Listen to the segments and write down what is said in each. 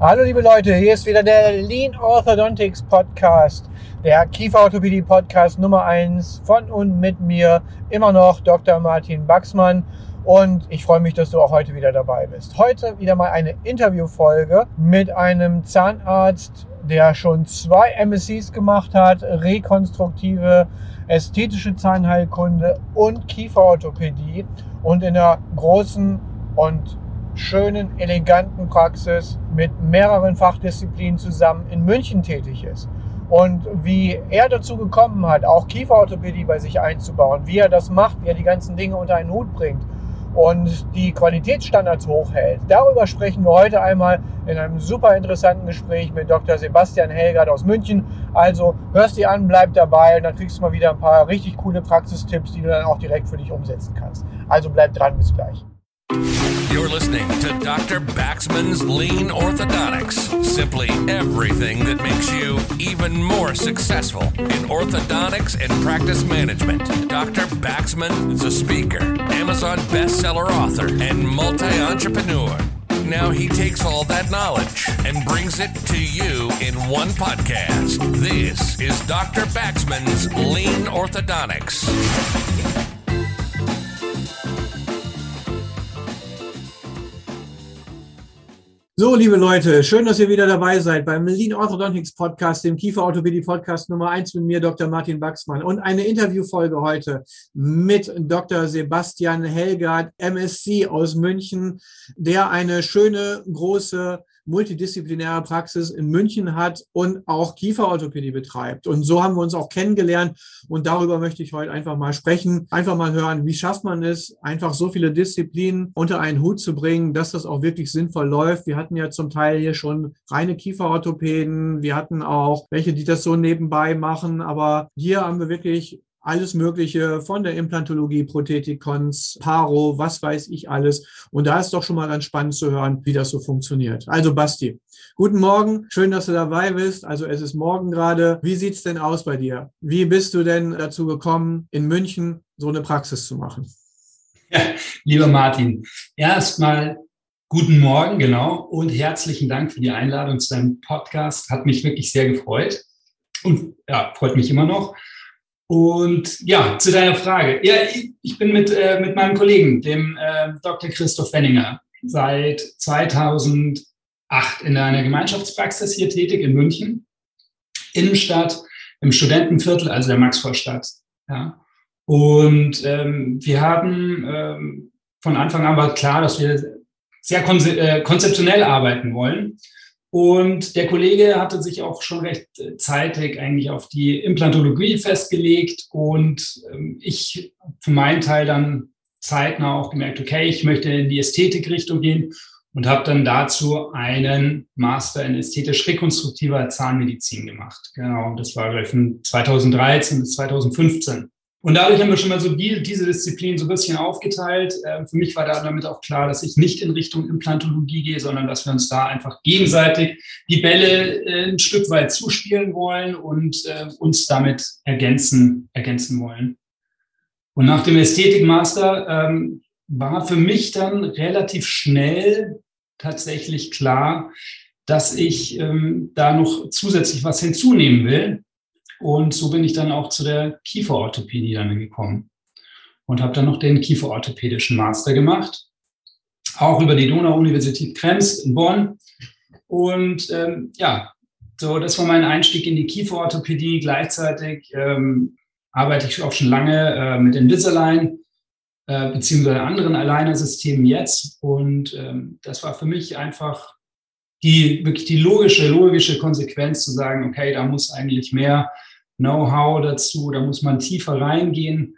Hallo liebe Leute, hier ist wieder der Lean Orthodontics Podcast, der Kieferorthopädie Podcast Nummer 1 von und mit mir, immer noch Dr. Martin Baxmann, und ich freue mich, dass du auch heute wieder dabei bist. Heute wieder mal eine Interviewfolge mit einem Zahnarzt, der schon 2 MSCs gemacht hat, rekonstruktive, ästhetische Zahnheilkunde und Kieferorthopädie, und in einer großen und schönen, eleganten Praxis mit mehreren Fachdisziplinen zusammen in München tätig ist. Und wie er dazu gekommen hat, auch Kieferorthopädie bei sich einzubauen, wie er das macht, wie er die ganzen Dinge unter einen Hut bringt und die Qualitätsstandards hochhält, darüber sprechen wir heute einmal in einem super interessanten Gespräch mit Dr. Sebastian Helgard aus München. Also hörst dir an, bleib dabei, und dann kriegst du mal wieder ein paar richtig coole Praxistipps, die du dann auch direkt für dich umsetzen kannst. Also bleib dran, bis gleich. You're listening to Dr. Baxman's Lean Orthodontics. Simply everything that makes you even more successful in orthodontics and practice management. Dr. Baxman is a speaker, Amazon bestseller author, and multi-entrepreneur. Now he takes all that knowledge and brings it to you in one podcast. This is Dr. Baxman's Lean Orthodontics. So, liebe Leute, schön, dass ihr wieder dabei seid beim Lean Orthodontics Podcast, dem Kieferorthopädie Podcast Nummer 1 mit mir, Dr. Martin Baxmann, und eine Interviewfolge heute mit Dr. Sebastian Helgard, MSc aus München, der eine schöne, große, multidisziplinäre Praxis in München hat und auch Kieferorthopädie betreibt. Und so haben wir uns auch kennengelernt, und darüber möchte ich heute einfach mal sprechen, einfach mal hören, wie schafft man es, einfach so viele Disziplinen unter einen Hut zu bringen, dass das auch wirklich sinnvoll läuft. Wir hatten ja zum Teil hier schon reine Kieferorthopäden, wir hatten auch welche, die das so nebenbei machen, aber hier haben wir wirklich alles Mögliche von der Implantologie, Prothetik, Cons, Paro, was weiß ich alles. Und da ist doch schon mal ganz spannend zu hören, wie das so funktioniert. Also Basti, guten Morgen, schön, dass du dabei bist. Also es ist morgen gerade. Wie sieht's denn aus bei dir? Wie bist du denn dazu gekommen, in München so eine Praxis zu machen? Ja, lieber Martin, erstmal guten Morgen, genau, und herzlichen Dank für die Einladung zu deinem Podcast. Hat mich wirklich sehr gefreut und ja, freut mich immer noch. Und ja, zu deiner Frage. Ja, ich bin mit meinem Kollegen, dem Dr. Christoph Wenninger, seit 2008 in einer Gemeinschaftspraxis hier tätig in München, Innenstadt, im Studentenviertel, also der Maxvorstadt. Ja. Und wir haben von Anfang an war klar, dass wir sehr konzeptionell arbeiten wollen. Und der Kollege hatte sich auch schon recht zeitig eigentlich auf die Implantologie festgelegt, und ich für meinen Teil dann zeitnah auch gemerkt, okay, ich möchte in die Ästhetikrichtung gehen, und habe dann dazu einen Master in ästhetisch-rekonstruktiver Zahnmedizin gemacht. Genau, das war gleich von 2013 bis 2015. Und dadurch haben wir schon mal so diese Disziplin so ein bisschen aufgeteilt. Für mich war damit auch klar, dass ich nicht in Richtung Implantologie gehe, sondern dass wir uns da einfach gegenseitig die Bälle ein Stück weit zuspielen wollen und uns damit ergänzen wollen. Und nach dem Ästhetikmaster war für mich dann relativ schnell tatsächlich klar, dass ich da noch zusätzlich was hinzunehmen will. Und so bin ich dann auch zu der Kieferorthopädie dann gekommen und habe dann noch den kieferorthopädischen Master gemacht, auch über die Donau-Universität Krems in Bonn. Und ja, so das war mein Einstieg in die Kieferorthopädie. Gleichzeitig arbeite ich auch schon lange mit Invisalign beziehungsweise anderen Aligner-Systemen jetzt. Und das war für mich einfach wirklich die logische Konsequenz zu sagen, okay, da muss eigentlich mehr Know-how dazu, da muss man tiefer reingehen,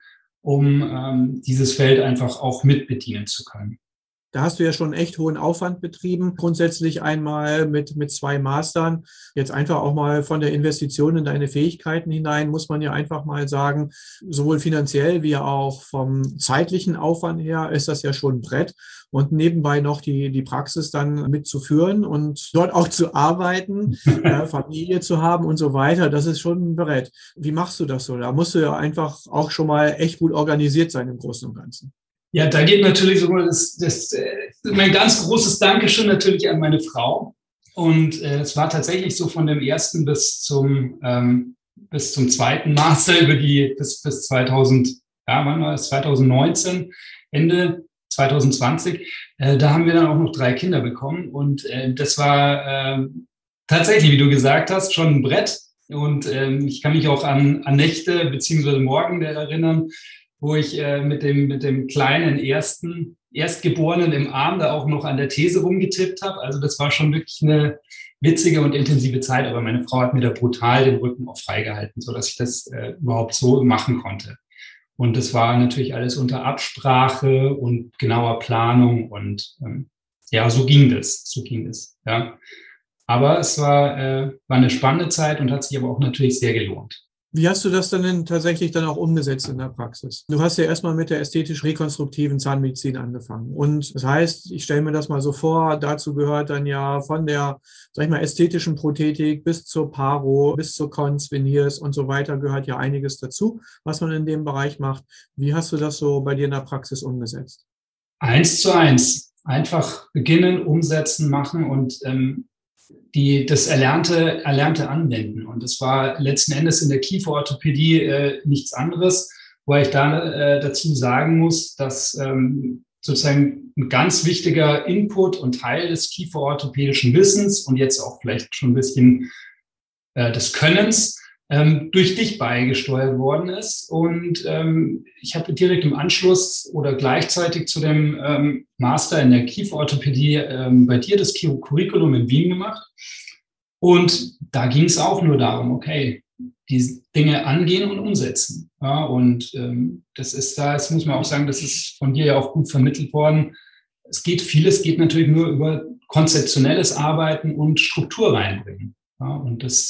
um dieses Feld einfach auch mitbedienen zu können. Da hast du ja schon echt hohen Aufwand betrieben. Grundsätzlich einmal mit 2 Mastern. Jetzt einfach auch mal von der Investition in deine Fähigkeiten hinein, muss man ja einfach mal sagen, sowohl finanziell wie auch vom zeitlichen Aufwand her ist das ja schon ein Brett. Und nebenbei noch die Praxis dann mitzuführen und dort auch zu arbeiten, Familie zu haben und so weiter, das ist schon ein Brett. Wie machst du das so? Da musst du ja einfach auch schon mal echt gut organisiert sein im Großen und Ganzen. Ja, da geht natürlich so mein ganz großes Dankeschön natürlich an meine Frau, Und es war tatsächlich so von dem ersten bis zum zweiten Master bis 2000, wann war es? 2019, Ende 2020. Da haben wir dann auch noch 3 Kinder bekommen. Und das war tatsächlich, wie du gesagt hast, schon ein Brett. Und ich kann mich auch an Nächte beziehungsweise Morgen erinnern, wo ich mit dem kleinen Erstgeborenen im Arm da auch noch an der These rumgetippt habe. Also das war schon wirklich eine witzige und intensive Zeit. Aber meine Frau hat mir da brutal den Rücken auch freigehalten, sodass ich das überhaupt so machen konnte. Und das war natürlich alles unter Absprache und genauer Planung. Und so ging das. Ja. Aber es war eine spannende Zeit und hat sich aber auch natürlich sehr gelohnt. Wie hast du das dann tatsächlich dann auch umgesetzt in der Praxis? Du hast ja erstmal mit der ästhetisch-rekonstruktiven Zahnmedizin angefangen. Und das heißt, ich stelle mir das mal so vor, dazu gehört dann ja von der, ästhetischen Prothetik bis zur Paro, bis zur Cons, Veneers und so weiter gehört ja einiges dazu, was man in dem Bereich macht. Wie hast du das so bei dir in der Praxis umgesetzt? 1:1. Einfach beginnen, umsetzen, machen und das Erlernte anwenden. Und das war letzten Endes in der Kieferorthopädie nichts anderes, wo ich da dazu sagen muss, dass sozusagen ein ganz wichtiger Input und Teil des kieferorthopädischen Wissens und jetzt auch vielleicht schon ein bisschen des Könnens durch dich beigesteuert worden ist. Und ich habe direkt im Anschluss oder gleichzeitig zu dem Master in der Kieferorthopädie bei dir das Curriculum in Wien gemacht. Und da ging es auch nur darum, okay, die Dinge angehen und umsetzen. Ja, und das muss man auch sagen, das ist von dir ja auch gut vermittelt worden. Vieles geht natürlich nur über konzeptionelles Arbeiten und Struktur reinbringen. Ja, und das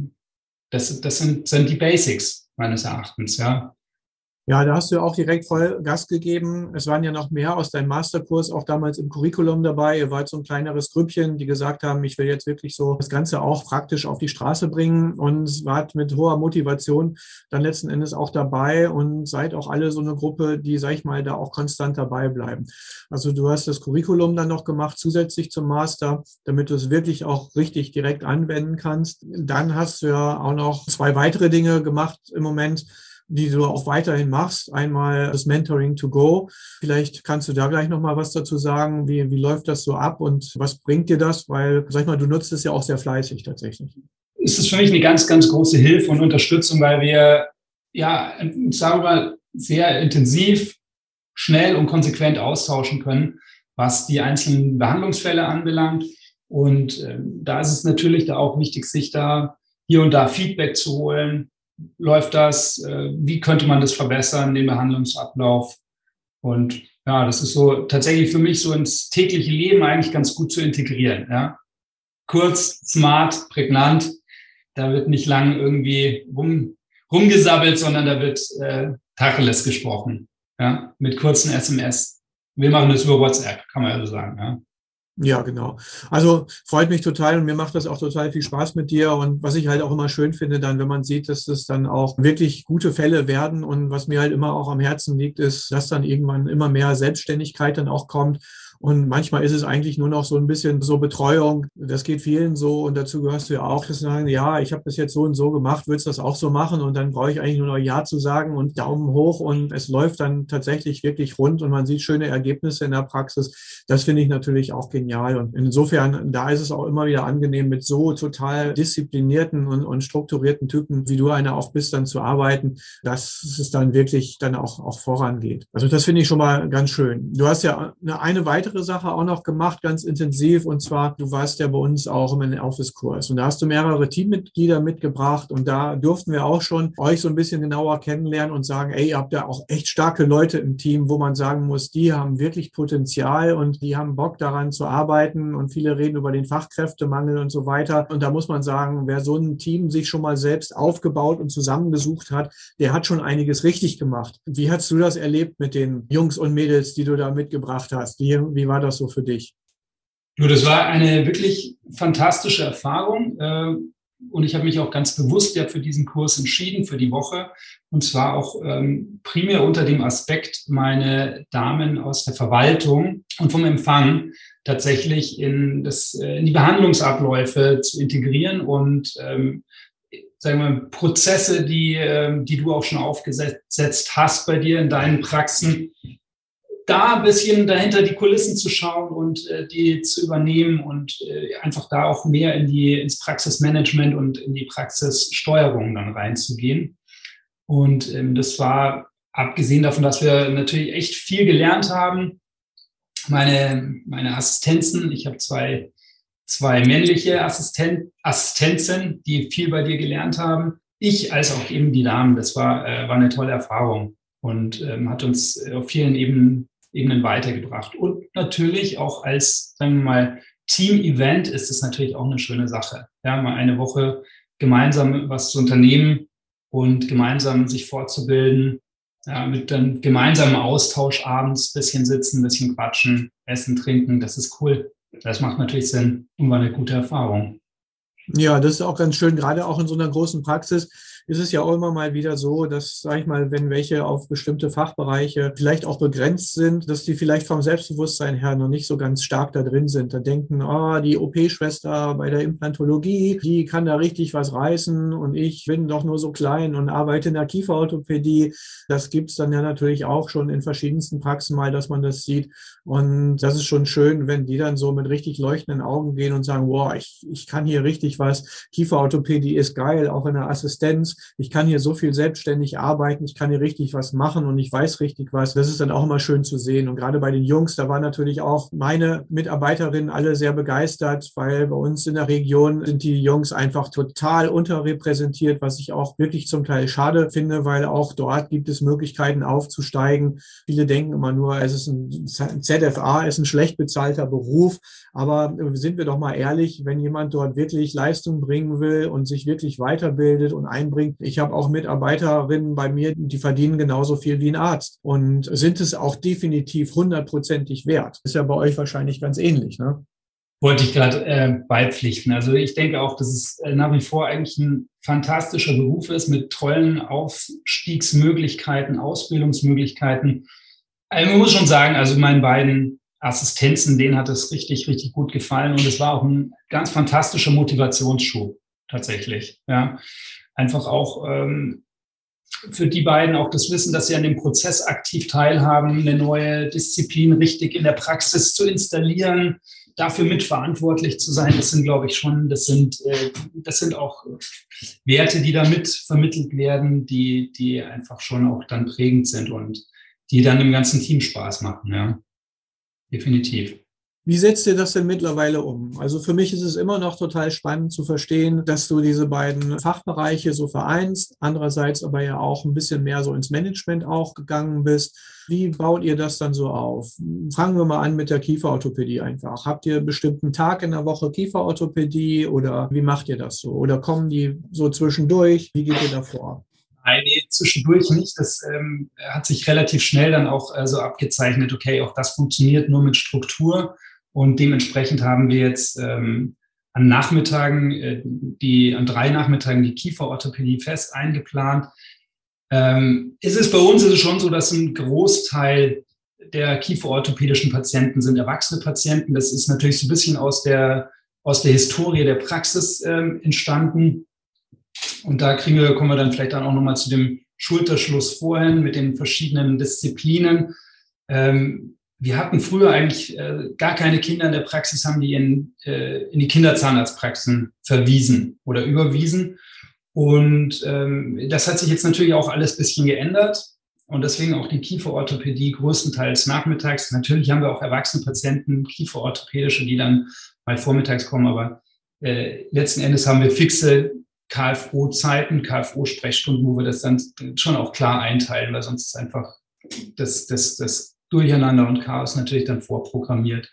sind die Basics meines Erachtens, ja. Ja, da hast du ja auch direkt voll Gas gegeben. Es waren ja noch mehr aus deinem Masterkurs auch damals im Curriculum dabei. Ihr wart so ein kleineres Grüppchen, die gesagt haben, ich will jetzt wirklich so das Ganze auch praktisch auf die Straße bringen und wart mit hoher Motivation dann letzten Endes auch dabei und seid auch alle so eine Gruppe, die, da auch konstant dabei bleiben. Also du hast das Curriculum dann noch gemacht, zusätzlich zum Master, damit du es wirklich auch richtig direkt anwenden kannst. Dann hast du ja auch noch 2 weitere Dinge gemacht im Moment, die du auch weiterhin machst. Einmal das Mentoring to Go. Vielleicht kannst du da gleich nochmal was dazu sagen. Wie läuft das so ab und was bringt dir das? Weil, du nutzt es ja auch sehr fleißig tatsächlich. Es ist für mich eine ganz, ganz große Hilfe und Unterstützung, weil wir, sehr intensiv, schnell und konsequent austauschen können, was die einzelnen Behandlungsfälle anbelangt. Und da ist es natürlich da auch wichtig, sich da hier und da Feedback zu holen. Läuft das? Wie könnte man das verbessern, den Behandlungsablauf? Und ja, das ist so tatsächlich für mich so ins tägliche Leben eigentlich ganz gut zu integrieren. Ja? Kurz, smart, prägnant. Da wird nicht lang irgendwie rumgesabbelt, sondern da wird Tacheles gesprochen. Ja? Mit kurzen SMS. Wir machen das über WhatsApp, kann man ja so sagen. Ja? Ja, genau. Also freut mich total und mir macht das auch total viel Spaß mit dir. Und was ich halt auch immer schön finde, dann, wenn man sieht, dass das dann auch wirklich gute Fälle werden und was mir halt immer auch am Herzen liegt, ist, dass dann irgendwann immer mehr Selbstständigkeit dann auch kommt. Und manchmal ist es eigentlich nur noch so ein bisschen so Betreuung. Das geht vielen so und dazu gehörst du ja auch, dass sie sagen, ja, ich habe das jetzt so und so gemacht, willst du das auch so machen? Und dann brauche ich eigentlich nur noch Ja zu sagen und Daumen hoch und es läuft dann tatsächlich wirklich rund und man sieht schöne Ergebnisse in der Praxis. Das finde ich natürlich auch genial und insofern, da ist es auch immer wieder angenehm, mit so total disziplinierten und strukturierten Typen, wie du einer auch bist, dann zu arbeiten, dass es dann wirklich dann auch vorangeht. Also das finde ich schon mal ganz schön. Du hast ja eine weitere Sache auch noch gemacht, ganz intensiv, und zwar, du warst ja bei uns auch im Office-Kurs und da hast du mehrere Teammitglieder mitgebracht und da durften wir auch schon euch so ein bisschen genauer kennenlernen und sagen, ey, ihr habt ja auch echt starke Leute im Team, wo man sagen muss, die haben wirklich Potenzial und die haben Bock daran zu arbeiten und viele reden über den Fachkräftemangel und so weiter und da muss man sagen, wer so ein Team sich schon mal selbst aufgebaut und zusammengesucht hat, der hat schon einiges richtig gemacht. Wie hast du das erlebt mit den Jungs und Mädels, die du da mitgebracht hast? Wie war das so für dich? Das war eine wirklich fantastische Erfahrung und ich habe mich auch ganz bewusst für diesen Kurs entschieden, für die Woche, und zwar auch primär unter dem Aspekt, meine Damen aus der Verwaltung und vom Empfang tatsächlich in die Behandlungsabläufe zu integrieren und sagen wir mal, Prozesse, die du auch schon aufgesetzt hast bei dir in deinen Praxen, da ein bisschen dahinter die Kulissen zu schauen und die zu übernehmen und einfach da auch mehr ins Praxismanagement und in die Praxissteuerung dann reinzugehen. Und das war, abgesehen davon, dass wir natürlich echt viel gelernt haben, meine Assistenzen, ich habe zwei männliche Assistenzen, die viel bei dir gelernt haben. Ich als auch eben die Damen, das war eine tolle Erfahrung und hat uns auf vielen Ebenen weitergebracht. Und natürlich auch als, sagen wir mal, Team-Event ist es natürlich auch eine schöne Sache. Ja, mal eine Woche gemeinsam was zu unternehmen und gemeinsam sich fortzubilden, ja, mit dann gemeinsamen Austausch abends, bisschen sitzen, bisschen quatschen, essen, trinken, das ist cool. Das macht natürlich Sinn und war eine gute Erfahrung. Ja, das ist auch ganz schön. Gerade auch in so einer großen Praxis ist es ja auch immer mal wieder so, dass, sag ich mal, wenn welche auf bestimmte Fachbereiche vielleicht auch begrenzt sind, dass die vielleicht vom Selbstbewusstsein her noch nicht so ganz stark da drin sind. Da denken, die OP-Schwester bei der Implantologie, die kann da richtig was reißen und ich bin doch nur so klein und arbeite in der Kieferorthopädie. Das gibt es dann ja natürlich auch schon in verschiedensten Praxen mal, dass man das sieht. Und das ist schon schön, wenn die dann so mit richtig leuchtenden Augen gehen und sagen, wow, ich kann hier richtig was. Kieferorthopädie ist geil, auch in der Assistenz. Ich kann hier so viel selbstständig arbeiten, ich kann hier richtig was machen und ich weiß richtig was. Das ist dann auch immer schön zu sehen. Und gerade bei den Jungs, da waren natürlich auch meine Mitarbeiterinnen alle sehr begeistert, weil bei uns in der Region sind die Jungs einfach total unterrepräsentiert, was ich auch wirklich zum Teil schade finde, weil auch dort gibt es Möglichkeiten aufzusteigen. Viele denken immer nur, es ist ein ZFA, ist ein schlecht bezahlter Beruf. Aber sind wir doch mal ehrlich, wenn jemand dort wirklich Leistung bringen will und sich wirklich weiterbildet und einbringt. Ich habe auch Mitarbeiterinnen bei mir, die verdienen genauso viel wie ein Arzt und sind es auch definitiv 100%ig wert. Ist ja bei euch wahrscheinlich ganz ähnlich, ne? Wollte ich gerade beipflichten. Also ich denke auch, dass es nach wie vor eigentlich ein fantastischer Beruf ist mit tollen Aufstiegsmöglichkeiten, Ausbildungsmöglichkeiten. Also man muss schon sagen, also meinen beiden Assistenzen, denen hat es richtig, richtig gut gefallen und es war auch ein ganz fantastischer Motivationsschub tatsächlich. Ja, einfach auch für die beiden auch das Wissen, dass sie an dem Prozess aktiv teilhaben, eine neue Disziplin richtig in der Praxis zu installieren, dafür mitverantwortlich zu sein. Das sind, glaube ich, das sind auch Werte, die da mit vermittelt werden, die einfach schon auch dann prägend sind und die dann im ganzen Team Spaß machen, ja. Definitiv. Wie setzt ihr das denn mittlerweile um? Also für mich ist es immer noch total spannend zu verstehen, dass du diese beiden Fachbereiche so vereinst, andererseits aber ja auch ein bisschen mehr so ins Management auch gegangen bist. Wie baut ihr das dann so auf? Fangen wir mal an mit der Kieferorthopädie einfach. Habt ihr einen bestimmten Tag in der Woche Kieferorthopädie oder wie macht ihr das so? Oder kommen die so zwischendurch? Wie geht ihr da vor? Nein, zwischendurch nicht. Das hat sich relativ schnell dann auch so abgezeichnet, okay, auch das funktioniert nur mit Struktur. Und dementsprechend haben wir jetzt an 3 Nachmittagen die Kieferorthopädie fest eingeplant. Ist es bei uns schon so, dass ein Großteil der kieferorthopädischen Patienten sind erwachsene Patienten. Das ist natürlich so ein bisschen aus der Historie der Praxis entstanden. Und da kommen wir dann vielleicht auch nochmal zu dem Schulterschluss vorhin mit den verschiedenen Disziplinen. Wir hatten früher eigentlich gar keine Kinder in der Praxis, haben die in die Kinderzahnarztpraxen verwiesen oder überwiesen. Und das hat sich jetzt natürlich auch alles ein bisschen geändert. Und deswegen auch die Kieferorthopädie größtenteils nachmittags. Natürlich haben wir auch erwachsene Patienten, kieferorthopädische, die dann mal vormittags kommen. Aber letzten Endes haben wir fixe KFO-Zeiten, KFO-Sprechstunden, wo wir das dann schon auch klar einteilen, weil sonst ist einfach das Durcheinander und Chaos natürlich dann vorprogrammiert.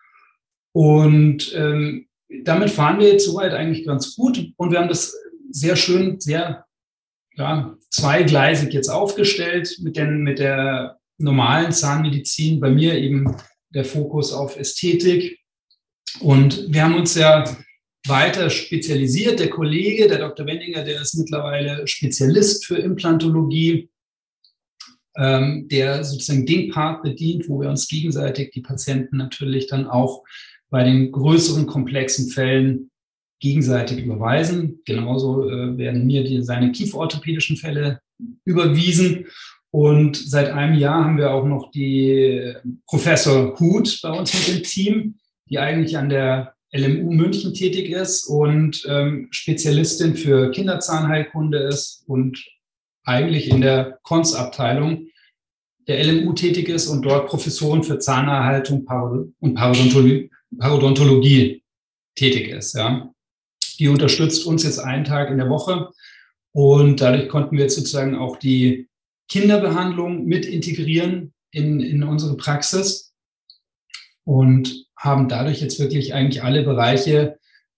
Und damit fahren wir jetzt soweit eigentlich ganz gut und wir haben das sehr schön, sehr zweigleisig jetzt aufgestellt mit der normalen Zahnmedizin. Bei mir eben der Fokus auf Ästhetik und wir haben uns ja weiter spezialisiert. Der Kollege, der Dr. Wendinger, der ist mittlerweile Spezialist für Implantologie der sozusagen den Part bedient, wo wir uns gegenseitig die Patienten natürlich dann auch bei den größeren, komplexen Fällen gegenseitig überweisen. Genauso werden mir seine kieferorthopädischen Fälle überwiesen. Und seit einem Jahr haben wir auch noch die Professor Huth bei uns mit dem Team, die eigentlich an der LMU München tätig ist und Spezialistin für Kinderzahnheilkunde ist und eigentlich in der Kons-Abteilung der LMU tätig ist und dort Professorin für Zahnerhaltung und Parodontologie tätig ist. Ja. Die unterstützt uns jetzt einen Tag in der Woche und dadurch konnten wir jetzt sozusagen auch die Kinderbehandlung mit integrieren in unsere Praxis und haben dadurch jetzt wirklich eigentlich alle Bereiche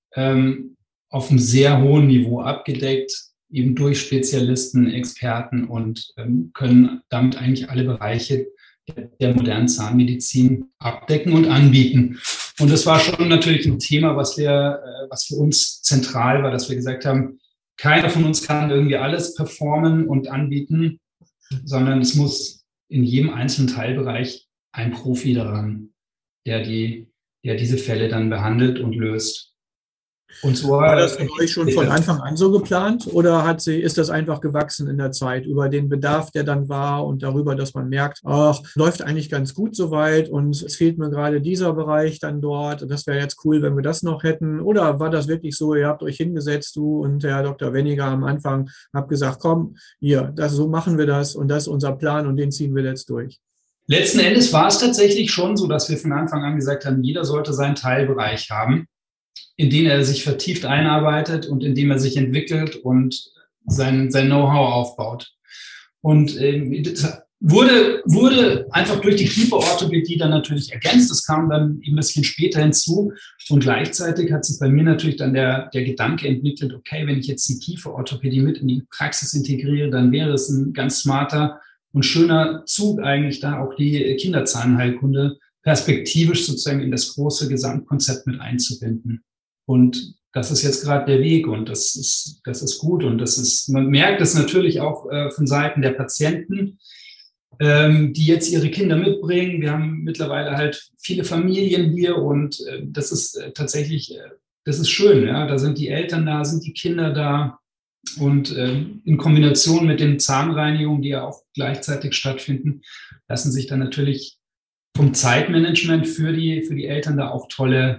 auf einem sehr hohen Niveau abgedeckt, eben durch Spezialisten, Experten und können damit eigentlich alle Bereiche der modernen Zahnmedizin abdecken und anbieten. Und das war schon natürlich ein Thema, was für uns zentral war, dass wir gesagt haben, keiner von uns kann irgendwie alles performen und anbieten, sondern es muss in jedem einzelnen Teilbereich ein Profi daran, der diese Fälle dann behandelt und löst. Und so war das von euch schon von Anfang an so geplant oder ist das einfach gewachsen in der Zeit über den Bedarf, der dann war und darüber, dass man merkt, ach, läuft eigentlich ganz gut soweit und es fehlt mir gerade dieser Bereich dann dort und das wäre jetzt cool, wenn wir das noch hätten? Oder war das wirklich so, ihr habt euch hingesetzt, du und der Herr Dr. Wenniger am Anfang, habt gesagt, komm, hier, so machen wir das und das ist unser Plan und den ziehen wir jetzt durch? Letzten Endes war es tatsächlich schon so, dass wir von Anfang an gesagt haben, jeder sollte seinen Teilbereich haben, in den er sich vertieft einarbeitet und in dem er sich entwickelt und sein Know-how aufbaut. Und das wurde einfach durch die Kieferorthopädie dann natürlich ergänzt. Das kam dann ein bisschen später hinzu. Und gleichzeitig hat sich bei mir natürlich dann der Gedanke entwickelt, okay, wenn ich jetzt die Kieferorthopädie mit in die Praxis integriere, dann wäre es ein ganz smarter und schöner Zug eigentlich da auch die Kinderzahnheilkunde perspektivisch sozusagen in das große Gesamtkonzept mit einzubinden. Und das ist jetzt gerade der Weg und das ist gut und man merkt es natürlich auch von Seiten der Patienten, die jetzt ihre Kinder mitbringen. Wir haben mittlerweile halt viele Familien hier und das ist tatsächlich, das ist schön. Ja? Da sind die Eltern da, sind die Kinder da und in Kombination mit den Zahnreinigungen, die ja auch gleichzeitig stattfinden, lassen sich dann natürlich vom Zeitmanagement für die Eltern da auch tolle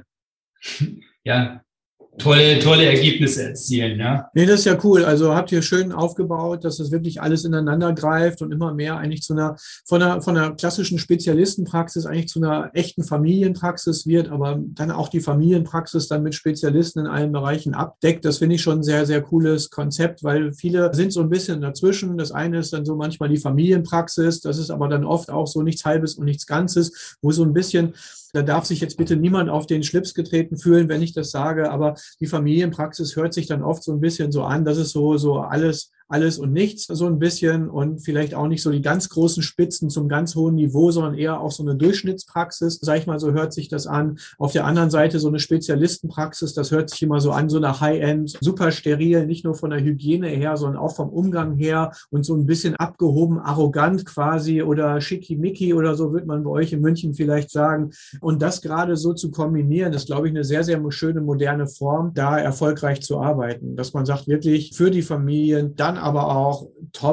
Ergebnisse erzielen, ja. Nee, das ist ja cool. Also habt ihr schön aufgebaut, dass das wirklich alles ineinander greift und immer mehr eigentlich von einer klassischen Spezialistenpraxis eigentlich zu einer echten Familienpraxis wird, aber dann auch die Familienpraxis dann mit Spezialisten in allen Bereichen abdeckt. Das finde ich schon ein sehr, sehr cooles Konzept, weil viele sind so ein bisschen dazwischen. Das eine ist dann so manchmal die Familienpraxis, das ist aber dann oft auch so nichts Halbes und nichts Ganzes, wo so ein bisschen, da darf sich jetzt bitte niemand auf den Schlips getreten fühlen, wenn ich das sage, aber die Familienpraxis hört sich dann oft so ein bisschen so an, das ist so alles und nichts so ein bisschen und vielleicht auch nicht so die ganz großen Spitzen zum ganz hohen Niveau, sondern eher auch so eine Durchschnittspraxis, sag ich mal, so hört sich das an. Auf der anderen Seite so eine Spezialistenpraxis, das hört sich immer so an, so eine High-End, super steril, nicht nur von der Hygiene her, sondern auch vom Umgang her und so ein bisschen abgehoben, arrogant quasi oder schickimicki oder so wird man bei euch in München vielleicht sagen. Und das gerade so zu kombinieren, ist, glaube ich, eine sehr, sehr schöne, moderne Form, da erfolgreich zu arbeiten. Dass man sagt, wirklich für die Familien, dann aber auch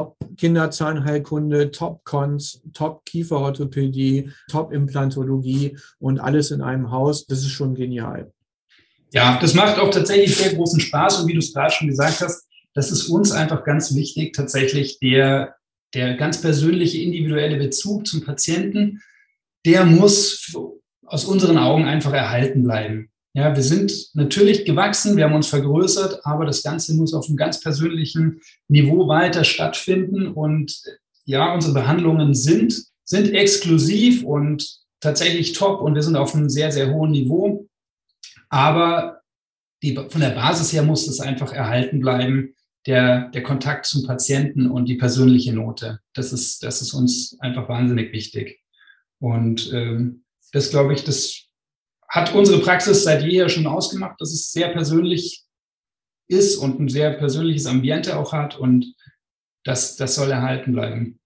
Top-Kinderzahnheilkunde, Top-Cons, Top-Kieferorthopädie, Top-Implantologie und alles in einem Haus. Das ist schon genial. Ja, das macht auch tatsächlich sehr großen Spaß. Und wie du es gerade schon gesagt hast, das ist uns einfach ganz wichtig, tatsächlich der ganz persönliche, individuelle Bezug zum Patienten, der muss aus unseren Augen einfach erhalten bleiben. Ja, wir sind natürlich gewachsen, wir haben uns vergrößert, aber das Ganze muss auf einem ganz persönlichen Niveau weiter stattfinden. Und ja, unsere Behandlungen sind exklusiv und tatsächlich top und wir sind auf einem sehr, sehr hohen Niveau. Aber von der Basis her muss es einfach erhalten bleiben, der Kontakt zum Patienten und die persönliche Note. Das ist uns einfach wahnsinnig wichtig. Und das, glaube ich, das hat unsere Praxis seit jeher schon ausgemacht, dass es sehr persönlich ist und ein sehr persönliches Ambiente auch hat und das soll erhalten bleiben.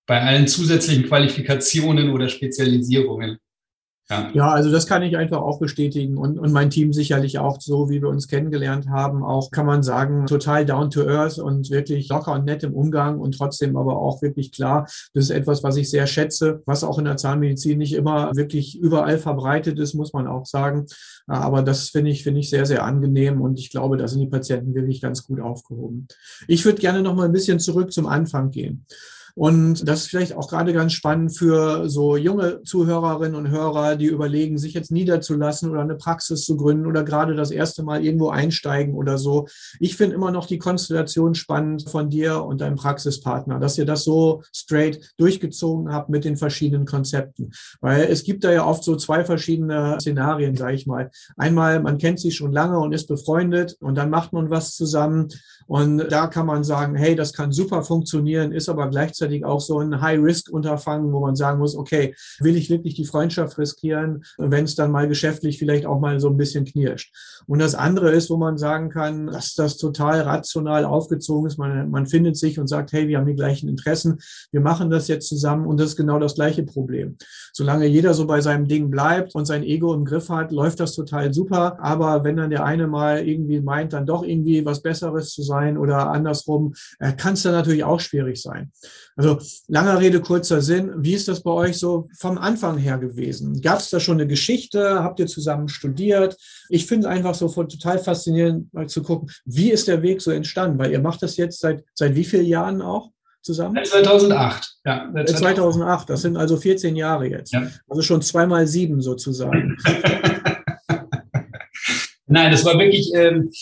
bei allen zusätzlichen Qualifikationen oder Spezialisierungen. Ja, also das kann ich einfach auch bestätigen und mein Team sicherlich auch, so wie wir uns kennengelernt haben, auch kann man sagen, total down to earth und wirklich locker und nett im Umgang und trotzdem aber auch wirklich klar. Das ist etwas, was ich sehr schätze, was auch in der Zahnmedizin nicht immer wirklich überall verbreitet ist, muss man auch sagen. Aber das finde ich sehr, sehr angenehm und ich glaube, da sind die Patienten wirklich ganz gut aufgehoben. Ich würde gerne noch mal ein bisschen zurück zum Anfang gehen. Und das ist vielleicht auch gerade ganz spannend für so junge Zuhörerinnen und Hörer, die überlegen, sich jetzt niederzulassen oder eine Praxis zu gründen oder gerade das erste Mal irgendwo einsteigen oder so. Ich finde immer noch die Konstellation spannend von dir und deinem Praxispartner, dass ihr das so straight durchgezogen habt mit den verschiedenen Konzepten. Weil es gibt da ja oft so zwei verschiedene Szenarien, sage ich mal. Einmal, man kennt sich schon lange und ist befreundet und dann macht man was zusammen und da kann man sagen, hey, das kann super funktionieren, ist aber gleichzeitig auch so ein High-Risk-Unterfangen, wo man sagen muss, okay, will ich wirklich die Freundschaft riskieren, wenn es dann mal geschäftlich vielleicht auch mal so ein bisschen knirscht. Und das andere ist, wo man sagen kann, dass das total rational aufgezogen ist. Man findet sich und sagt, hey, wir haben die gleichen Interessen, wir machen das jetzt zusammen und das ist genau das gleiche Problem. Solange jeder so bei seinem Ding bleibt und sein Ego im Griff hat, läuft das total super. Aber wenn dann der eine mal irgendwie meint, dann doch irgendwie was Besseres zu sein oder andersrum, kann es dann natürlich auch schwierig sein. Also langer Rede, kurzer Sinn. Wie ist das bei euch so vom Anfang her gewesen? Gab es da schon eine Geschichte? Habt ihr zusammen studiert? Ich finde es einfach so total faszinierend, mal zu gucken, wie ist der Weg so entstanden? Weil ihr macht das jetzt seit wie vielen Jahren auch zusammen? Seit 2008. Ja, seit 2008. Das sind also 14 Jahre jetzt. Ja. Also schon 2x7 sozusagen. Nein, das war wirklich...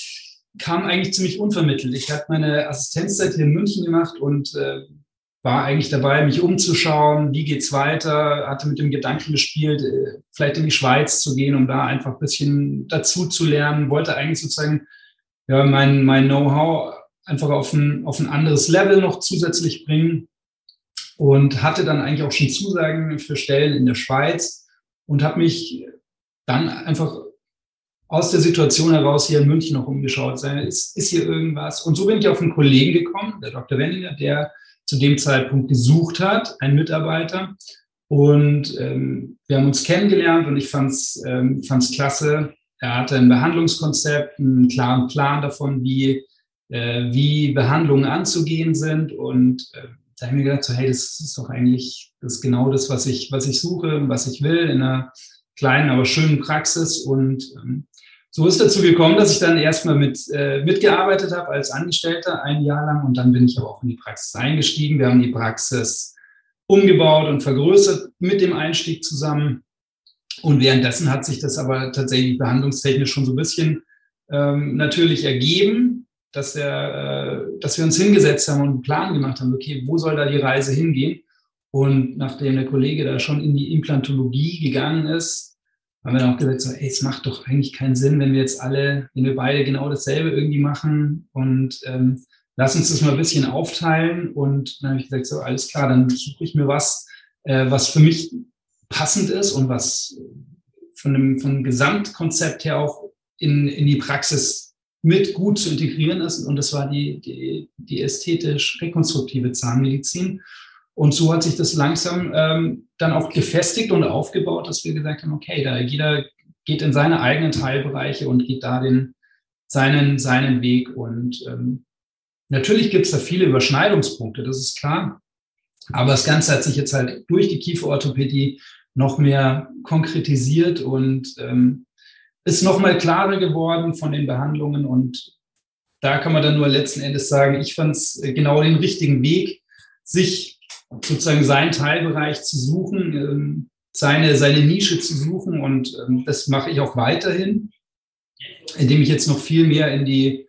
kam eigentlich ziemlich unvermittelt. Ich habe meine Assistenzzeit hier in München gemacht und war eigentlich dabei, mich umzuschauen, wie geht's weiter, hatte mit dem Gedanken gespielt, vielleicht in die Schweiz zu gehen, um da einfach ein bisschen dazu zu lernen, wollte eigentlich sozusagen ja, mein Know-how einfach auf ein anderes Level noch zusätzlich bringen und hatte dann eigentlich auch schon Zusagen für Stellen in der Schweiz und habe mich dann einfach aus der Situation heraus hier in München noch umgeschaut. Ist hier irgendwas? Und so bin ich auf einen Kollegen gekommen, der Dr. Wenninger, der zu dem Zeitpunkt gesucht hat, einen Mitarbeiter. Und wir haben uns kennengelernt und ich fand's klasse. Er hatte ein Behandlungskonzept, einen klaren Plan davon, wie Behandlungen anzugehen sind. Und da habe ich mir gedacht, so, hey, das ist doch eigentlich genau das, was ich suche, was ich will, in einer kleinen, aber schönen Praxis. Und so ist dazu gekommen, dass ich dann erstmal mitgearbeitet habe als Angestellter 1 Jahr lang und dann bin ich aber auch in die Praxis eingestiegen. Wir haben die Praxis umgebaut und vergrößert mit dem Einstieg zusammen und währenddessen hat sich das aber tatsächlich behandlungstechnisch schon so ein bisschen natürlich ergeben, dass wir uns hingesetzt haben und einen Plan gemacht haben, okay, wo soll da die Reise hingehen? Und nachdem der Kollege da schon in die Implantologie gegangen ist, haben wir dann auch gesagt, so, ey, es macht doch eigentlich keinen Sinn, wenn wir beide genau dasselbe irgendwie machen und lass uns das mal ein bisschen aufteilen. Und dann habe ich gesagt, so, alles klar, dann suche ich mir was für mich passend ist und was von dem Gesamtkonzept her auch in die Praxis mit gut zu integrieren ist. Und das war die ästhetisch-rekonstruktive Zahnmedizin. Und so hat sich das langsam dann auch gefestigt und aufgebaut, dass wir gesagt haben, okay, da jeder geht in seine eigenen Teilbereiche und geht da seinen Weg. Und natürlich gibt es da viele Überschneidungspunkte, das ist klar. Aber das Ganze hat sich jetzt halt durch die Kieferorthopädie noch mehr konkretisiert und ist noch mal klarer geworden von den Behandlungen. Und da kann man dann nur letzten Endes sagen, ich fand es genau den richtigen Weg, sich sozusagen seinen Teilbereich zu suchen, seine Nische zu suchen und das mache ich auch weiterhin, indem ich jetzt noch viel mehr in die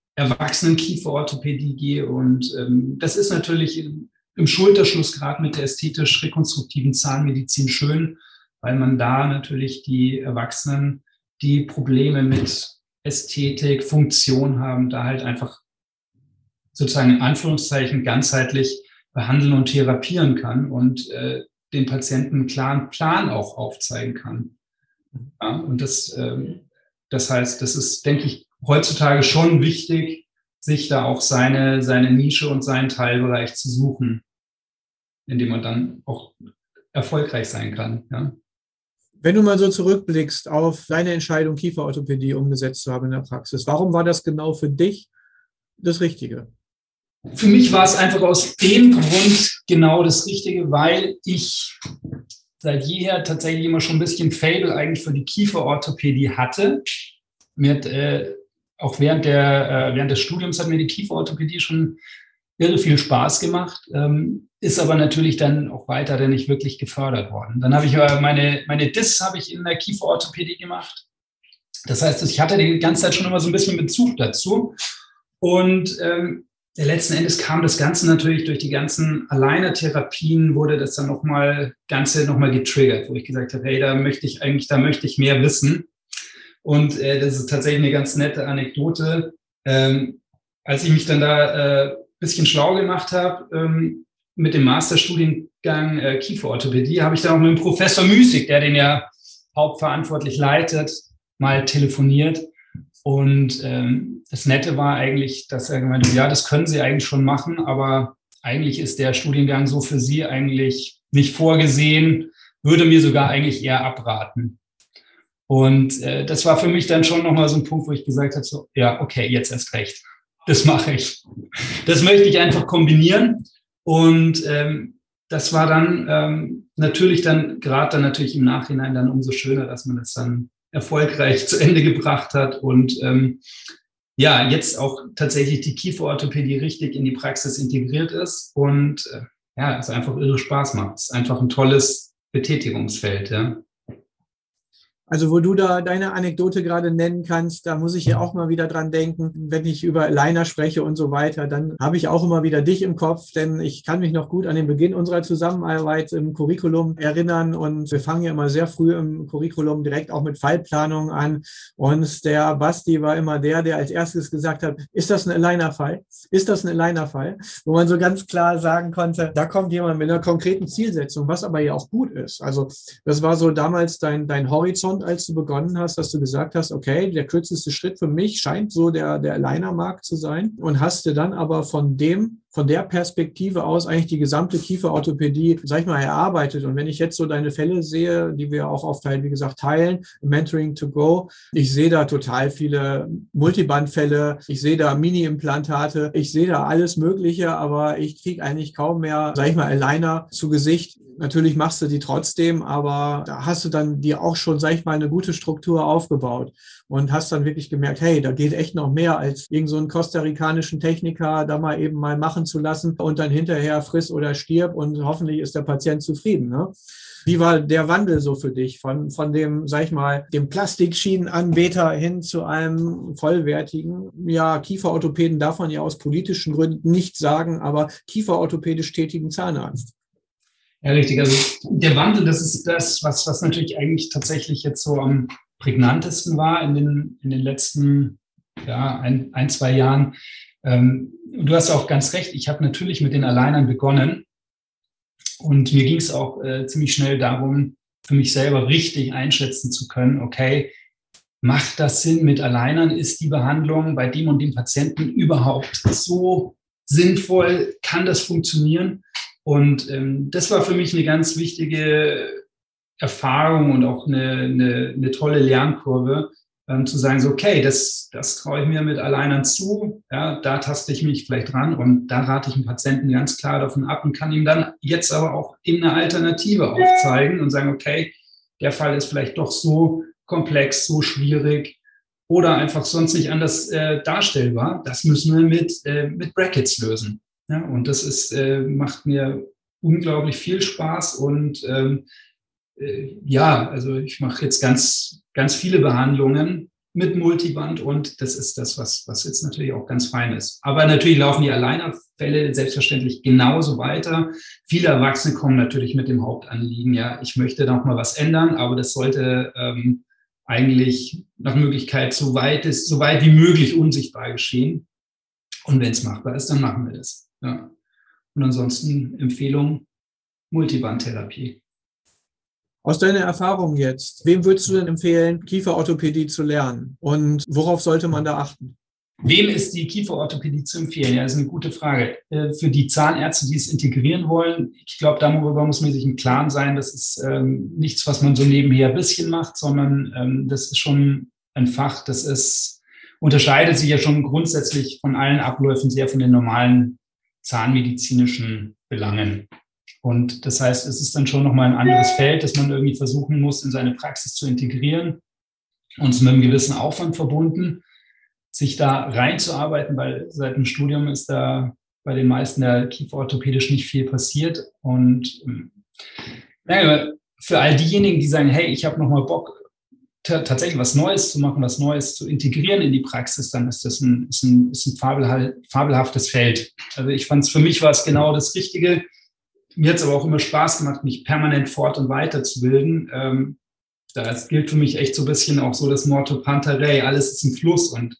Erwachsenen-Kieferorthopädie gehe und das ist natürlich im Schulterschluss gerade mit der ästhetisch-rekonstruktiven Zahnmedizin schön, weil man da natürlich die Erwachsenen, die Probleme mit Ästhetik, Funktion haben, da halt einfach sozusagen in Anführungszeichen ganzheitlich behandeln und therapieren kann und den Patienten einen klaren Plan auch aufzeigen kann. Ja, und das heißt, das ist, denke ich, heutzutage schon wichtig, sich da auch seine Nische und seinen Teilbereich zu suchen. in dem man dann auch erfolgreich sein kann. Ja. Wenn du mal so zurückblickst auf deine Entscheidung, Kieferorthopädie umgesetzt zu haben in der Praxis, warum war das genau für dich das Richtige? Für mich war es einfach aus dem Grund genau das Richtige, weil ich seit jeher tatsächlich immer schon ein bisschen Faible eigentlich für die Kieferorthopädie hatte. Mir hat, auch während des Studiums hat mir die Kieferorthopädie schon irre viel Spaß gemacht, ist aber natürlich dann auch weiter dann nicht wirklich gefördert worden. Dann habe ich meine DIS habe ich in der Kieferorthopädie gemacht. Das heißt, ich hatte die ganze Zeit schon immer so ein bisschen Bezug dazu. Und letzten Endes kam das Ganze natürlich durch die ganzen Aligner-Therapien, wurde das dann nochmal getriggert, wo ich gesagt habe, hey, da möchte ich mehr wissen. Und das ist tatsächlich eine ganz nette Anekdote. Als ich mich dann da bisschen schlau gemacht habe mit dem Masterstudiengang Kieferorthopädie, habe ich dann auch mit dem Professor Müßig, der den ja hauptverantwortlich leitet, mal telefoniert. Und das Nette war eigentlich, dass er gemeint hat, ja, das können Sie eigentlich schon machen, aber eigentlich ist der Studiengang so für Sie eigentlich nicht vorgesehen, würde mir sogar eigentlich eher abraten. Und das war für mich dann schon nochmal so ein Punkt, wo ich gesagt habe, so, ja, okay, jetzt erst recht. Das mache ich. Das möchte ich einfach kombinieren. Und das war dann natürlich im Nachhinein dann umso schöner, dass man das dann erfolgreich zu Ende gebracht hat und jetzt auch tatsächlich die Kieferorthopädie richtig in die Praxis integriert ist und es einfach irre Spaß macht. Es ist einfach ein tolles Betätigungsfeld, ja. Also wo du da deine Anekdote gerade nennen kannst, da muss ich ja auch mal wieder dran denken, wenn ich über Aligner spreche und so weiter, dann habe ich auch immer wieder dich im Kopf, denn ich kann mich noch gut an den Beginn unserer Zusammenarbeit im Curriculum erinnern und wir fangen ja immer sehr früh im Curriculum direkt auch mit Fallplanung an und der Basti war immer der als erstes gesagt hat, ist das ein Aligner-Fall? Ist das ein Aligner-Fall? Wo man so ganz klar sagen konnte, da kommt jemand mit einer konkreten Zielsetzung, was aber ja auch gut ist. Also das war so damals dein Horizont, als du begonnen hast, dass du gesagt hast, okay, der kürzeste Schritt für mich scheint so der Aligner-Markt zu sein und hast dir dann aber von der Perspektive aus eigentlich die gesamte Kieferorthopädie, sag ich mal, erarbeitet. Und wenn ich jetzt so deine Fälle sehe, die wir auch oft halt, wie gesagt, teilen, Mentoring to go, ich sehe da total viele Multibandfälle, ich sehe da Mini-Implantate, ich sehe da alles Mögliche, aber ich kriege eigentlich kaum mehr, sag ich mal, Aligner zu Gesicht. Natürlich machst du die trotzdem, aber da hast du dann dir auch schon, sag ich mal, eine gute Struktur aufgebaut und hast dann wirklich gemerkt, hey, da geht echt noch mehr als irgend so einen kostarikanischen Techniker da mal eben mal machen zu lassen und dann hinterher friss oder stirb und hoffentlich ist der Patient zufrieden, ne? Wie war der Wandel so für dich von dem, sag ich mal, dem Plastikschienenanbieter hin zu einem vollwertigen, Kieferorthopäden darf man ja aus politischen Gründen nicht sagen, aber kieferorthopädisch tätigen Zahnarzt? Ja, richtig. Also der Wandel, das ist das, was natürlich eigentlich tatsächlich jetzt so am prägnantesten war in den letzten ein, 2 Jahren. Du hast auch ganz recht, ich habe natürlich mit den Alignern begonnen und mir ging es auch ziemlich schnell darum, für mich selber richtig einschätzen zu können, okay, macht das Sinn mit Alignern? Ist die Behandlung bei dem und dem Patienten überhaupt so sinnvoll? Kann das funktionieren? Und das war für mich eine ganz wichtige Erfahrung und auch eine tolle Lernkurve, zu sagen, so, okay, das traue ich mir mit Alignern zu, ja, da taste ich mich vielleicht ran und da rate ich dem Patienten ganz klar davon ab und kann ihm dann jetzt aber auch eben eine Alternative aufzeigen und sagen, okay, der Fall ist vielleicht doch so komplex, so schwierig oder einfach sonst nicht anders darstellbar. Das müssen wir mit Brackets lösen. Ja, und das macht mir unglaublich viel Spaß und also ich mache jetzt ganz, ganz viele Behandlungen mit Multiband und das ist das, was jetzt natürlich auch ganz fein ist. Aber natürlich laufen die Aligner-Fälle selbstverständlich genauso weiter. Viele Erwachsene kommen natürlich mit dem Hauptanliegen, ja, ich möchte da noch mal was ändern, aber das sollte eigentlich nach Möglichkeit so weit wie möglich unsichtbar geschehen. Und wenn es machbar ist, dann machen wir das. Ja. Und ansonsten Empfehlung Multibandtherapie. Aus deiner Erfahrung jetzt, wem würdest du denn empfehlen, Kieferorthopädie zu lernen? Und worauf sollte man da achten? Wem ist die Kieferorthopädie zu empfehlen? Ja, das ist eine gute Frage. Für die Zahnärzte, die es integrieren wollen, ich glaube, darüber muss man sich im Klaren sein. Das ist nichts, was man so nebenher ein bisschen macht, sondern das ist schon ein Fach, unterscheidet sich ja schon grundsätzlich von allen Abläufen sehr von den normalen zahnmedizinischen Belangen. Und das heißt, es ist dann schon nochmal ein anderes Feld, das man irgendwie versuchen muss, in seine Praxis zu integrieren und es mit einem gewissen Aufwand verbunden, sich da reinzuarbeiten, weil seit dem Studium ist da bei den meisten der kieferorthopädisch nicht viel passiert. Und für all diejenigen, die sagen, hey, ich habe nochmal Bock, tatsächlich was Neues zu machen, was Neues zu integrieren in die Praxis, dann ist das ein fabelhaftes Feld. Also für mich war es genau das Richtige. Mir hat es aber auch immer Spaß gemacht, mich permanent fort- und weiterzubilden. Das gilt für mich echt so ein bisschen auch so das Motto Pantarei, alles ist im Fluss, und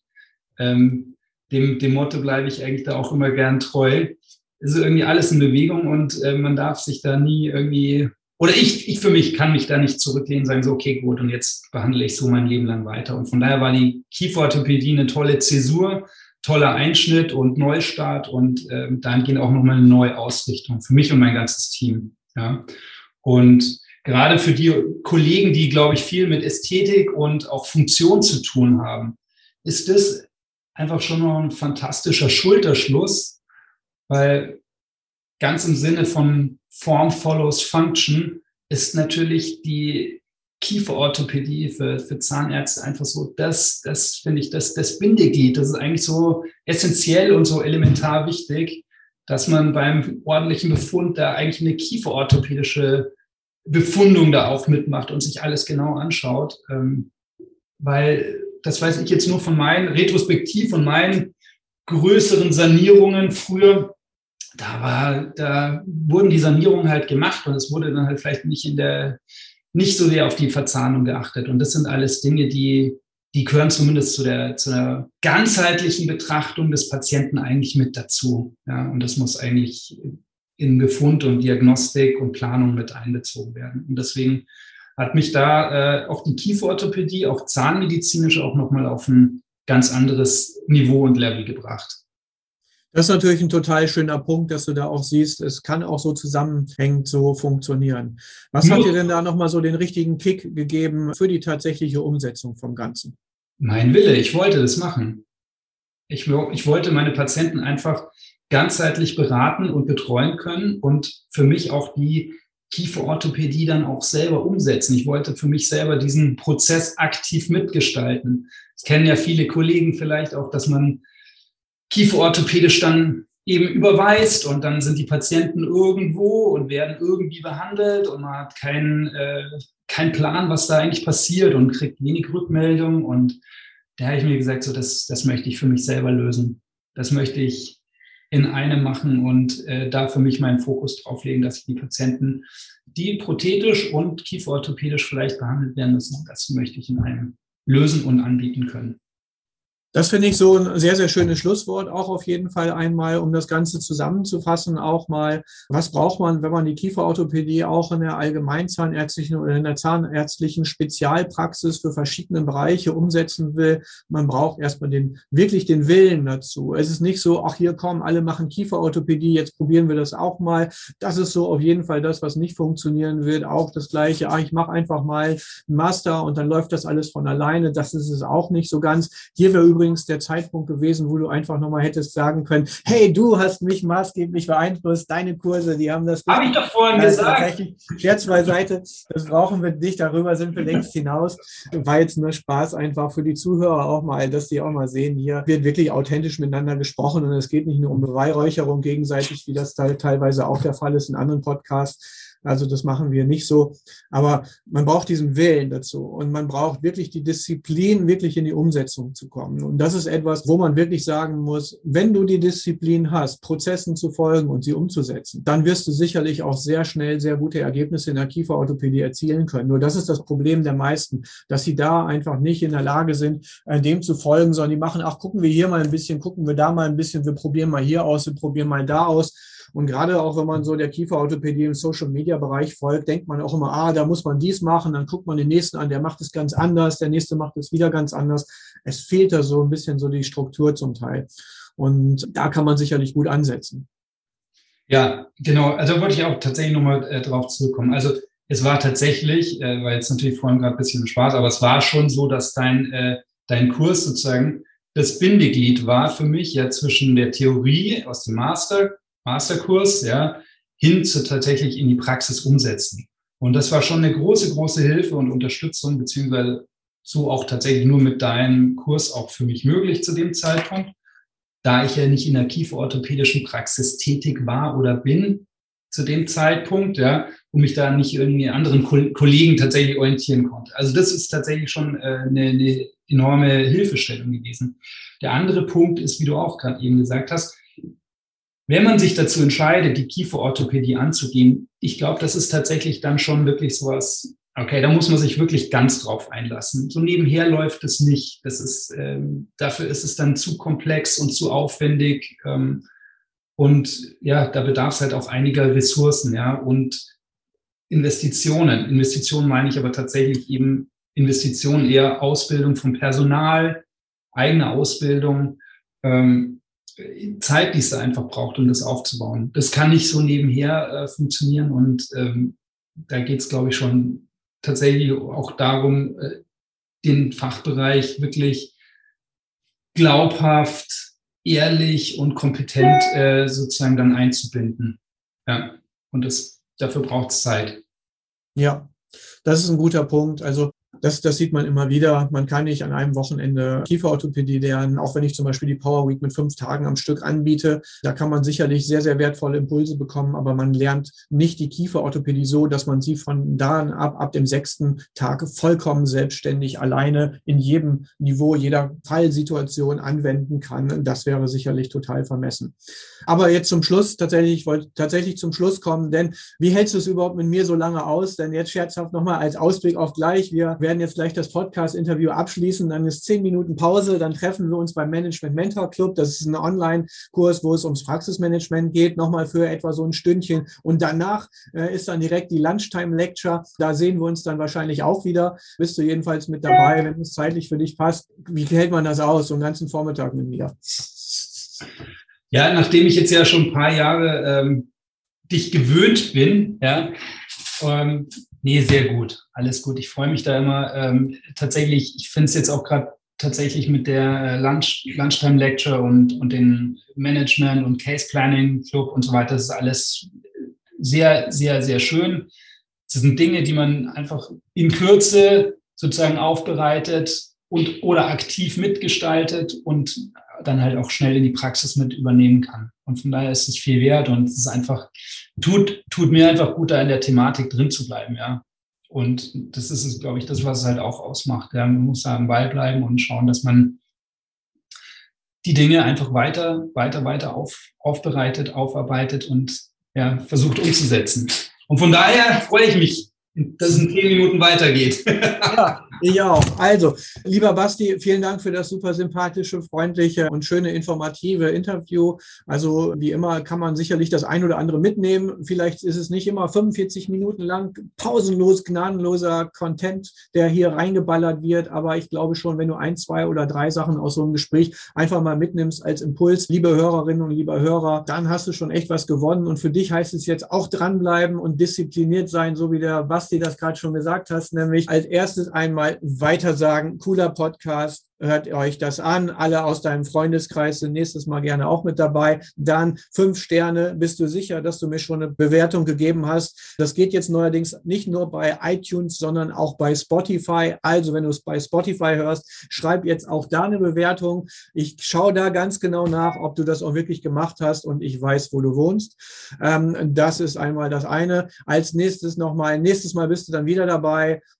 dem Motto bleibe ich eigentlich da auch immer gern treu. Es ist irgendwie alles in Bewegung, und man darf sich da nie irgendwie, oder ich für mich kann mich da nicht zurücklehnen und sagen, so okay, gut, und jetzt behandle ich so mein Leben lang weiter. Und von daher war die Kieferorthopädie eine tolle Zäsur, toller Einschnitt und Neustart und dahingehend auch nochmal eine neue Ausrichtung für mich und mein ganzes Team. Ja. Und gerade für die Kollegen, die, glaube ich, viel mit Ästhetik und auch Funktion zu tun haben, ist das einfach schon noch ein fantastischer Schulterschluss, weil ganz im Sinne von Form follows Function ist natürlich die Kieferorthopädie für Zahnärzte einfach so, das finde ich, das Bindeglied. Das ist eigentlich so essentiell und so elementar wichtig, dass man beim ordentlichen Befund da eigentlich eine kieferorthopädische Befundung da auch mitmacht und sich alles genau anschaut. Weil, das weiß ich jetzt nur von retrospektiv von meinen größeren Sanierungen früher, da wurden die Sanierungen halt gemacht, und es wurde dann halt vielleicht nicht so sehr auf die Verzahnung geachtet. Und das sind alles Dinge, die gehören zumindest zu der ganzheitlichen Betrachtung des Patienten eigentlich mit dazu. Ja, und das muss eigentlich in Befund und Diagnostik und Planung mit einbezogen werden. Und deswegen hat mich da auch die Kieferorthopädie, auch zahnmedizinisch, auch nochmal auf ein ganz anderes Niveau und Level gebracht. Das ist natürlich ein total schöner Punkt, dass du da auch siehst, es kann auch so zusammenhängend so funktionieren. Was hat dir denn da nochmal so den richtigen Kick gegeben für die tatsächliche Umsetzung vom Ganzen? Mein Wille, ich wollte das machen. Ich wollte meine Patienten einfach ganzheitlich beraten und betreuen können und für mich auch die Kieferorthopädie dann auch selber umsetzen. Ich wollte für mich selber diesen Prozess aktiv mitgestalten. Das kennen ja viele Kollegen vielleicht auch, dass man kieferorthopädisch dann eben überweist, und dann sind die Patienten irgendwo und werden irgendwie behandelt, und man hat keinen Plan, was da eigentlich passiert, und kriegt wenig Rückmeldung. Und da habe ich mir gesagt, so das möchte ich für mich selber lösen. Das möchte ich in einem machen und da für mich meinen Fokus drauf legen, dass ich die Patienten, die prothetisch und kieferorthopädisch vielleicht behandelt werden müssen, das möchte ich in einem lösen und anbieten können. Das finde ich so ein sehr, sehr schönes Schlusswort, auch auf jeden Fall einmal, um das Ganze zusammenzufassen, auch mal, was braucht man, wenn man die Kieferorthopädie auch in der allgemeinzahnärztlichen oder in der zahnärztlichen Spezialpraxis für verschiedene Bereiche umsetzen will. Man braucht erstmal wirklich den Willen dazu. Es ist nicht so, ach hier kommen, alle machen Kieferorthopädie, jetzt probieren wir das auch mal. Das ist so auf jeden Fall das, was nicht funktionieren wird. Auch das Gleiche, ach ich mache einfach mal einen Master und dann läuft das alles von alleine. Das ist es auch nicht so ganz. Hier wäre übrigens der Zeitpunkt gewesen, wo du einfach nochmal hättest sagen können, hey, du hast mich maßgeblich beeinflusst, deine Kurse, die haben das... Habe ich doch vorhin gesagt. Scherz beiseite, das brauchen wir nicht, darüber sind wir längst hinaus. War jetzt nur Spaß einfach für die Zuhörer auch mal, dass die auch mal sehen, hier wird wirklich authentisch miteinander gesprochen, und es geht nicht nur um Beweihräucherung gegenseitig, wie das teilweise auch der Fall ist in anderen Podcasts. Also das machen wir nicht so. Aber man braucht diesen Willen dazu, und man braucht wirklich die Disziplin, wirklich in die Umsetzung zu kommen. Und das ist etwas, wo man wirklich sagen muss, wenn du die Disziplin hast, Prozessen zu folgen und sie umzusetzen, dann wirst du sicherlich auch sehr schnell sehr gute Ergebnisse in der Kieferorthopädie erzielen können. Nur das ist das Problem der meisten, dass sie da einfach nicht in der Lage sind, dem zu folgen, sondern die machen, ach, gucken wir hier mal ein bisschen, gucken wir da mal ein bisschen, wir probieren mal hier aus, wir probieren mal da aus. Und gerade auch, wenn man so der Kieferorthopädie im Social-Media-Bereich folgt, denkt man auch immer, da muss man dies machen, dann guckt man den nächsten an, der macht es ganz anders, der nächste macht es wieder ganz anders. Es fehlt da so ein bisschen so die Struktur zum Teil. Und da kann man sicherlich gut ansetzen. Ja, genau. Also wollte ich auch tatsächlich nochmal drauf zurückkommen. Also es war tatsächlich, war jetzt natürlich vorhin gerade ein bisschen Spaß, aber es war schon so, dass dein Kurs sozusagen das Bindeglied war für mich ja zwischen der Theorie aus dem Masterkurs, ja, hin zu tatsächlich in die Praxis umsetzen. Und das war schon eine große, große Hilfe und Unterstützung, beziehungsweise so auch tatsächlich nur mit deinem Kurs auch für mich möglich zu dem Zeitpunkt, da ich ja nicht in der kieferorthopädischen Praxis tätig war oder bin zu dem Zeitpunkt, ja, und mich da nicht irgendwie anderen Kollegen tatsächlich orientieren konnte. Also das ist tatsächlich schon eine enorme Hilfestellung gewesen. Der andere Punkt ist, wie du auch gerade eben gesagt hast, wenn man sich dazu entscheidet, die Kieferorthopädie anzugehen, ich glaube, das ist tatsächlich dann schon wirklich sowas, okay, da muss man sich wirklich ganz drauf einlassen. So nebenher läuft es nicht. Das ist, dafür ist es dann zu komplex und zu aufwendig. Und ja, da bedarf es halt auch einiger Ressourcen, ja, und Investitionen. Investitionen meine ich aber tatsächlich eben Investitionen eher Ausbildung von Personal, eigene Ausbildung, Zeit, die es da einfach braucht, um das aufzubauen. Das kann nicht so nebenher funktionieren und da geht es, glaube ich, schon tatsächlich auch darum, den Fachbereich wirklich glaubhaft, ehrlich und kompetent sozusagen dann einzubinden. Ja, und dafür braucht es Zeit. Ja, das ist ein guter Punkt. Also das sieht man immer wieder. Man kann nicht an einem Wochenende Kieferorthopädie lernen, auch wenn ich zum Beispiel die Power Week mit 5 Tagen am Stück anbiete. Da kann man sicherlich sehr, sehr wertvolle Impulse bekommen, aber man lernt nicht die Kieferorthopädie so, dass man sie von da an ab dem 6. Tag vollkommen selbstständig alleine in jedem Niveau, jeder Fallsituation anwenden kann. Das wäre sicherlich total vermessen. Aber jetzt zum Schluss, ich wollte tatsächlich zum Schluss kommen, denn wie hältst du es überhaupt mit mir so lange aus? Denn jetzt scherzhaft nochmal als Ausblick auf gleich. Wir werden jetzt gleich das Podcast-Interview abschließen, dann ist 10 Minuten Pause, dann treffen wir uns beim Management Mentor Club. Das ist ein Online-Kurs, wo es ums Praxismanagement geht, nochmal für etwa so ein Stündchen. Und danach ist dann direkt die Lunchtime-Lecture. Da sehen wir uns dann wahrscheinlich auch wieder. Bist du jedenfalls mit dabei, wenn es zeitlich für dich passt. Wie hält man das aus, so einen ganzen Vormittag mit mir? Ja, nachdem ich jetzt ja schon ein paar Jahre dich gewöhnt bin, ja, nee, sehr gut, alles gut. Ich freue mich da immer. Tatsächlich, ich finde es jetzt auch gerade tatsächlich mit der Lunchtime Lecture und den Management und Case Planning Club und so weiter, das ist alles sehr, sehr, sehr schön. Das sind Dinge, die man einfach in Kürze sozusagen aufbereitet oder aktiv mitgestaltet und dann halt auch schnell in die Praxis mit übernehmen kann. Und von daher ist es viel wert und es ist einfach, tut mir einfach gut, da in der Thematik drin zu bleiben, ja. Und das ist, glaube ich, das, was es halt auch ausmacht. Ja. Man muss da am Ball bleiben und schauen, dass man die Dinge einfach weiter aufbereitet, aufarbeitet und ja, versucht umzusetzen. Und von daher freue ich mich, dass es in 10 Minuten weitergeht. Ja, ich auch. Also, lieber Basti, vielen Dank für das super sympathische, freundliche und schöne, informative Interview. Also, wie immer kann man sicherlich das ein oder andere mitnehmen. Vielleicht ist es nicht immer 45 Minuten lang pausenlos, gnadenloser Content, der hier reingeballert wird. Aber ich glaube schon, wenn du 1, 2 oder 3 Sachen aus so einem Gespräch einfach mal mitnimmst als Impuls, liebe Hörerinnen und lieber Hörer, dann hast du schon echt was gewonnen. Und für dich heißt es jetzt auch dranbleiben und diszipliniert sein, so wie der Basti das gerade schon gesagt hast, nämlich als erstes einmal weitersagen, cooler Podcast, hört euch das an, alle aus deinem Freundeskreis sind nächstes Mal gerne auch mit dabei, dann 5 Sterne, bist du sicher, dass du mir schon eine Bewertung gegeben hast? Das geht jetzt neuerdings nicht nur bei iTunes, sondern auch bei Spotify, also wenn du es bei Spotify hörst, schreib jetzt auch da eine Bewertung, ich schaue da ganz genau nach, ob du das auch wirklich gemacht hast und ich weiß, wo du wohnst. Das ist einmal das eine. Als nächstes Mal bist du dann wieder dabei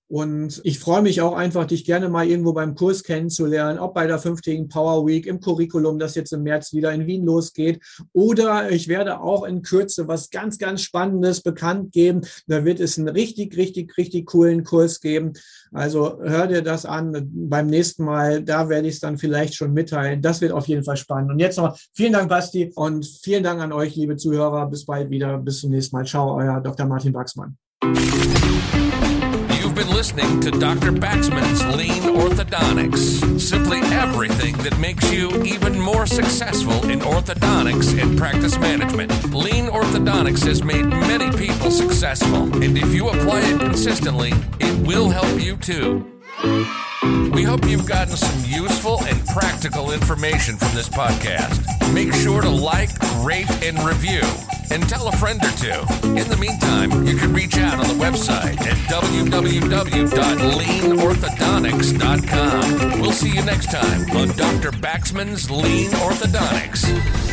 Und ich freue mich auch einfach, dich gerne mal irgendwo beim Kurs kennenzulernen, ob bei der 5-tägigen Power Week, im Curriculum, das jetzt im März wieder in Wien losgeht. Oder ich werde auch in Kürze was ganz, ganz Spannendes bekannt geben. Da wird es einen richtig, richtig, richtig coolen Kurs geben. Also hör dir das an beim nächsten Mal. Da werde ich es dann vielleicht schon mitteilen. Das wird auf jeden Fall spannend. Und jetzt noch vielen Dank, Basti, und vielen Dank an euch, liebe Zuhörer. Bis bald wieder. Bis zum nächsten Mal. Ciao, euer Dr. Martin Baxmann. You've been listening to Dr. Baxman's Lean Orthodontics. Simply everything that makes you even more successful in orthodontics and practice management. Lean Orthodontics has made many people successful, and if you apply it consistently, it will help you too. We hope you've gotten some useful and practical information from this podcast. Make sure to like, rate, and review. And tell a friend or two. In the meantime, you can reach out on the website at www.leanorthodontics.com. We'll see you next time on Dr. Baxman's Lean Orthodontics.